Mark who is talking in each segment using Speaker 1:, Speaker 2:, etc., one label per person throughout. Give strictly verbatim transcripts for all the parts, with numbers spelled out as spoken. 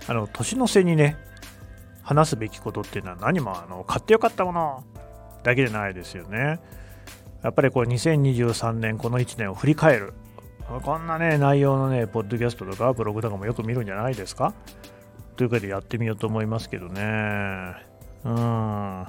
Speaker 1: あの年の瀬にね話すべきことっていうのは何もあの買ってよかったものだけじゃないですよね。やっぱりこうにせんにじゅうさんねんこのいちねんを振り返る、こんなね内容のねポッドキャストとかブログとかもよく見るんじゃないですか。ということでやってみようと思いますけどね。うーんま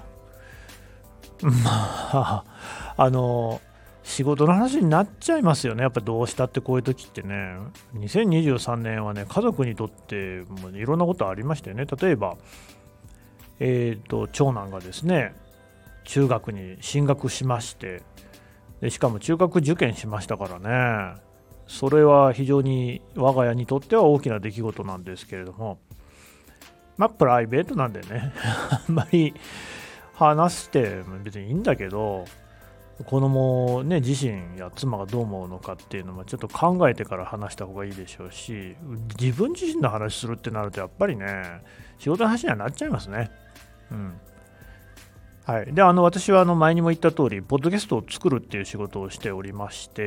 Speaker 1: ああの仕事の話になっちゃいますよね。やっぱどうしたってこういう時ってね、にせんにじゅうさんねんはね家族にとってもいろんなことありましたよね。例えばえーと長男がですね中学に進学しまして、でしかも中学受験しましたからね。それは非常に我が家にとっては大きな出来事なんですけれども、まあプライベートなんでねあんまり話して別にいいんだけど、子供ね自身や妻がどう思うのかっていうのもちょっと考えてから話した方がいいでしょうし、自分自身の話するってなるとやっぱりね仕事の話にはなっちゃいますね。うんはい、であの私はあの前にも言った通りポッドキャストを作るっていう仕事をしておりまして、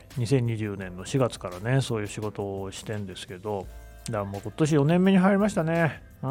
Speaker 1: にせんにじゅうねんのしがつからねそういう仕事をしてんですけど、だからもう今年よねんめに入りましたね。うん、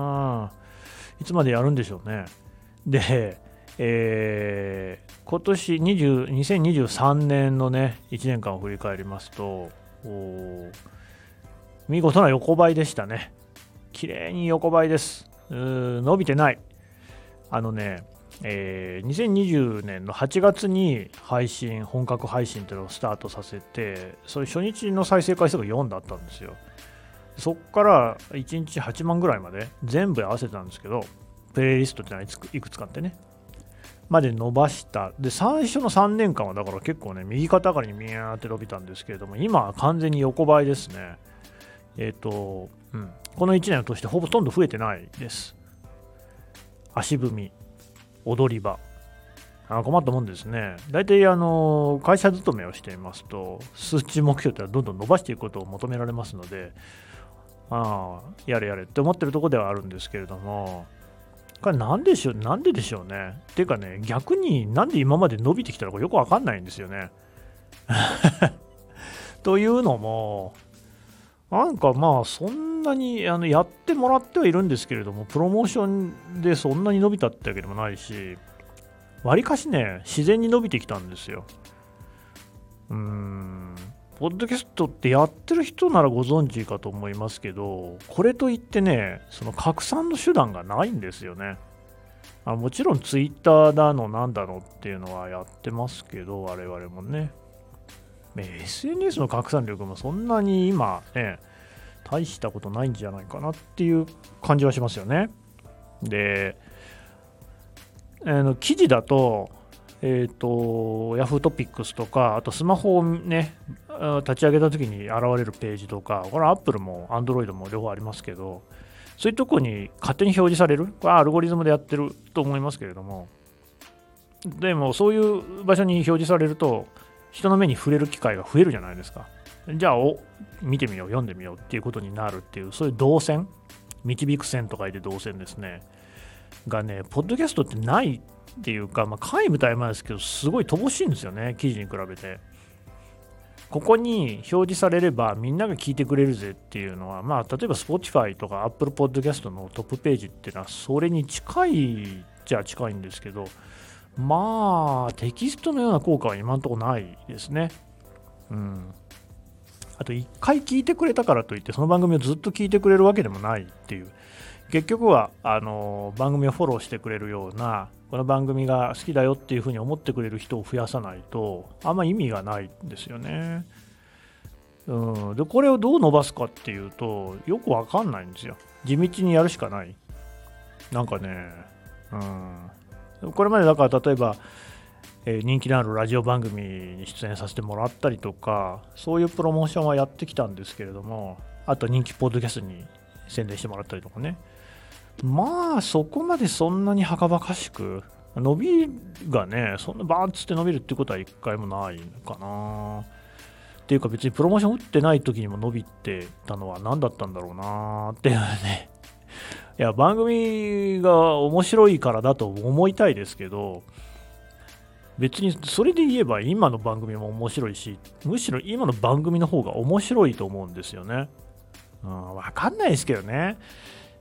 Speaker 1: いつまでやるんでしょうね。で、えー今年にじゅうにせんにじゅうさんねんのねいちねんかんを振り返りますと、お見事な横ばいでしたね。綺麗に横ばいです。うー伸びてない。あのねえーにせんにじゅうねんのはちがつに配信本格配信というのをスタートさせて、それ初日の再生回数がよんだったんですよ。そっからいちにちはちまんぐらいまで全部合わせてたんですけど、プレイリストってのはいくいくつかあってねまで伸ばした。で最初のさんねんかんはだから結構ね右肩上がりにミヤーって伸びたんですけれども、今は完全に横ばいですね。えっ、と、うん、このいちねんを通してほとんど増えてないです。足踏み踊り場、あ困ったもんですね。大体あの会社勤めをしていますと数値目標というのはどんどん伸ばしていくことを求められますので、ああやれやれって思ってるところではあるんですけれども、これなんでしょうなんででしょうね。っていうかね、逆になんで今まで伸びてきたのかよくわかんないんですよねというのもなんかまあそんなにあのやってもらってはいるんですけれども、プロモーションでそんなに伸びたってわけでもないし、わりかしね自然に伸びてきたんですよ。うーんポッドキャストってやってる人ならご存知かと思いますけど、これといってねその拡散の手段がないんですよね。あもちろんツイッターだのなんだのっていうのはやってますけど、我々もね エスエヌエス の拡散力もそんなに今ね大したことないんじゃないかなっていう感じはしますよね。で、あの記事だと、えっ、と、Yahoo トピックスとか、あとスマホをね、立ち上げた時に現れるページとか、これは Apple も Android も両方ありますけど、そういうとこに勝手に表示される、これはアルゴリズムでやってると思いますけれども、でもそういう場所に表示されると、人の目に触れる機会が増えるじゃないですか。じゃあお見てみよう読んでみようっていうことになるっていう、そういう動線、導く線と書いて動線ですねがね、ポッドキャストってないっていうか、まあ、皆無大前ですけどすごい乏しいんですよね、記事に比べて。ここに表示されればみんなが聞いてくれるぜっていうのは、まあ、例えば Spotify とか Apple Podcast のトップページっていうのはそれに近いじゃ近いんですけど、まあテキストのような効果は今のところないですね。うん。あといっかい聞いてくれたからといってその番組をずっと聞いてくれるわけでもないっていう、結局はあの番組をフォローしてくれるような、この番組が好きだよっていうふうに思ってくれる人を増やさないとあんま意味がないんですよね。うん、でこれをどう伸ばすかっていうとよくわかんないんですよ。地道にやるしかない。なんかね、うん、これまでだから例えばえー人気のあるラジオ番組に出演させてもらったりとか、そういうプロモーションはやってきたんですけれども、あと人気ポッドキャストに宣伝してもらったりとかね、まあそこまでそんなにはかばかしく伸びがねそんなバーンつって伸びるってことは一回もないのかな。っていうか別にプロモーション打ってない時にも伸びてたのは何だったんだろうなっていうね。いや番組が面白いからだと思いたいですけど、別にそれで言えば今の番組も面白いし、むしろ今の番組の方が面白いと思うんですよね。うん、わかんないですけどね。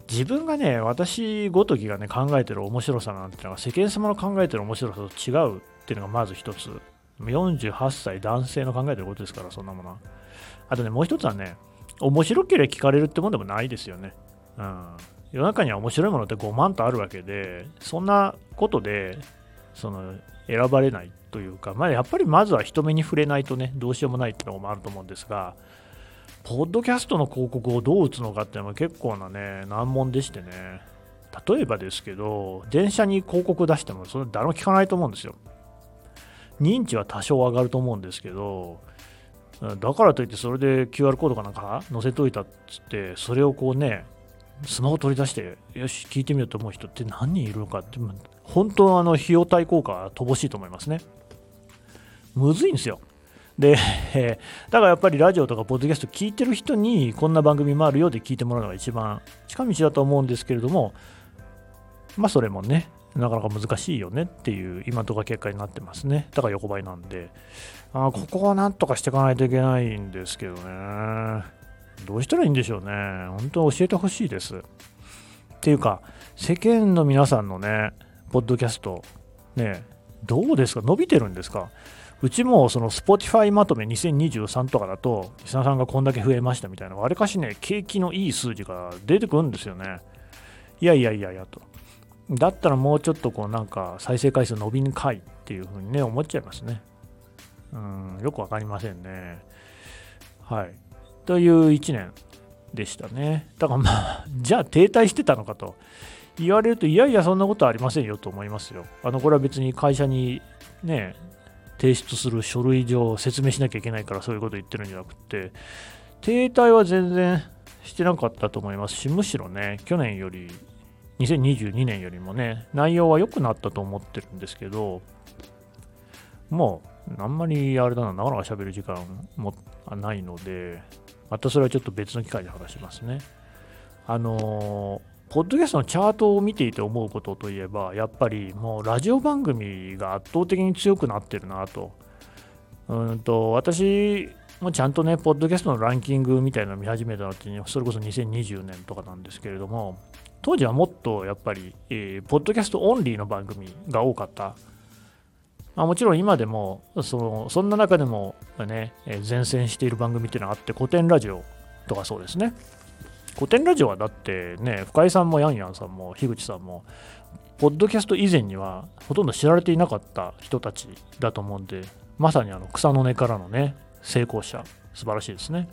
Speaker 1: 自分がね、私ごときがね、考えてる面白さなんてのは、世間様の考えてる面白さと違うっていうのがまず一つ。よんじゅうはっさい男性の考えてることですから、そんなものは。あとね、もう一つはね、面白ければ聞かれるってもんでもないですよね。うん。世の中には面白いものってごまんとあるわけで、そんなことで、その、選ばれないというか、まあ、やっぱりまずは人目に触れないとね、どうしようもないっていうのもあると思うんですが、ポッドキャストの広告をどう打つのかっていうのは結構なね、難問でしてね。例えばですけど、電車に広告出しても、それ誰も聞かないと思うんですよ。認知は多少上がると思うんですけど、だからといってそれで キューアール コードかなんか載せといたっつって、それをこうね、スマホ取り出して、よし、聞いてみようと思う人って何人いるのかって、本当あの費用対効果は乏しいと思いますね。むずいんですよ。で、えーだからやっぱりラジオとかポッドキャスト聞いてる人にこんな番組もあるよで聞いてもらうのが一番近道だと思うんですけれども、まあそれもね、なかなか難しいよねっていう今のところ結果になってますね。だから横ばいなんで、あーここはなんとかしていかないといけないんですけどね。どうしたらいいんでしょうね。本当教えてほしいです。っていうか、世間の皆さんのね、ポッドキャスト、ね、どうですか？伸びてるんですか？うちもその Spotify まとめにせんにじゅうさんとかだと、リスナーさんがこんだけ増えましたみたいな、わりかしね、景気のいい数字が出てくるんですよね。いやいやいやいやと。だったらもうちょっとこうなんか再生回数伸びんかいっていうふうにね、思っちゃいますね。うん、よくわかりませんね。はい。といういちねんでしたね。だからまあ、じゃあ停滞してたのかと言われると、いやいや、そんなことはありませんよと思いますよ。あの、これは別に会社にね、提出する書類上説明しなきゃいけないからそういうこと言ってるんじゃなくて、停滞は全然してなかったと思いますし、むしろね、去年より、にせんにじゅうにねんよりもね、内容は良くなったと思ってるんですけど、もう、あんまりあれだな、なかなか喋る時間もないので、またそれはちょっと別の機会で話しますね。あのーポッドキャストのチャートを見ていて思うことといえば、やっぱりもうラジオ番組が圧倒的に強くなってるなと。うんと私もちゃんとね、ポッドキャストのランキングみたいなのを見始めたのって、それこそにせんにじゅうねんとかなんですけれども、当時はもっとやっぱり、えーポッドキャストオンリーの番組が多かった。まあ、もちろん今でもその、そんな中でも、ね、えー前線している番組っていうのがあって、古典ラジオとかそうですね。古典ラジオはだってね、深井さんもヤンヤンさんも樋口さんも、ポッドキャスト以前にはほとんど知られていなかった人たちだと思うんで、まさにあの草の根からのね、成功者、素晴らしいですね。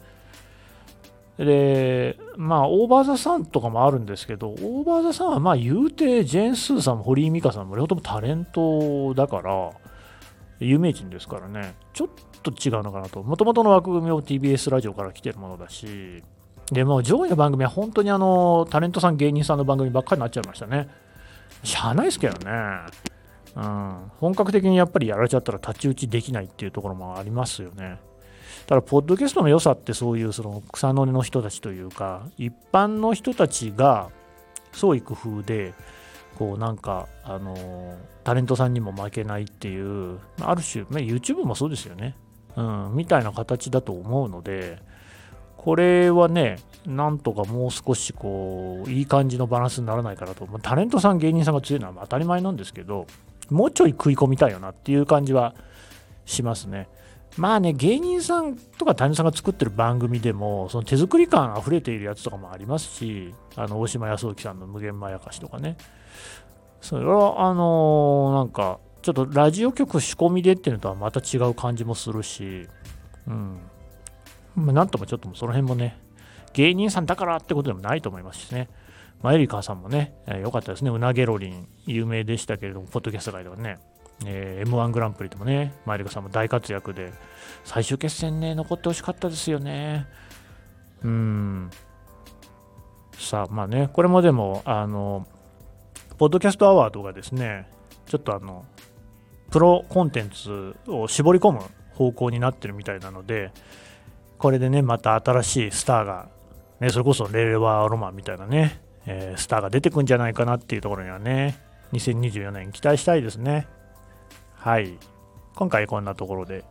Speaker 1: で、まあ、オーバーザさんとかもあるんですけど、オーバーザさんはまあ言うて、ジェーン・スーさんも堀井美香さんも両方ともタレントだから、有名人ですからね、ちょっと違うのかなと。もともとの枠組みを ティービーエス ラジオから来てるものだし、でも上位の番組は本当にあのタレントさん、芸人さんの番組ばっかりになっちゃいましたね。しゃあないですけどね。うん、本格的にやっぱりやられちゃったら太刀打ちできないっていうところもありますよね。ただ、ポッドキャストの良さってそういうその草の根の人たちというか、一般の人たちが創意工夫で、こうなんか、あのタレントさんにも負けないっていう、ある種、ね、YouTube もそうですよね。うん、みたいな形だと思うので、これはね、なんとかもう少しこう、いい感じのバランスにならないかなと。まあタレントさん、芸人さんが強いのは当たり前なんですけど、もうちょい食い込みたいよなっていう感じはしますね。まあね、芸人さんとかタレントさんが作ってる番組でも、その手作り感あふれているやつとかもありますし、あの大島康之さんの無限まやかしとかね。それは、あのーなんか、ちょっとラジオ局仕込みでっていうのとはまた違う感じもするし、うん。まあ、なんともちょっともその辺もね、芸人さんだからってことでもないと思いますしね。まあ、エリカさんもね、良、えー、かったですね。うなげろりん、有名でしたけれども、ポッドキャスト界ではね、えー、エムワン グランプリでもね、マイリカさんも大活躍で、最終決戦ね、残ってほしかったですよね。うーん。さあ、まあね、これもでも、あの、ポッドキャストアワードがですね、ちょっとあの、プロコンテンツを絞り込む方向になってるみたいなので、これでね、また新しいスターが、ね、それこそレーワーロマンみたいなね、えースターが出てくんじゃないかなっていうところにはね、にせんにじゅうよねん期待したいですね。はい。今回こんなところで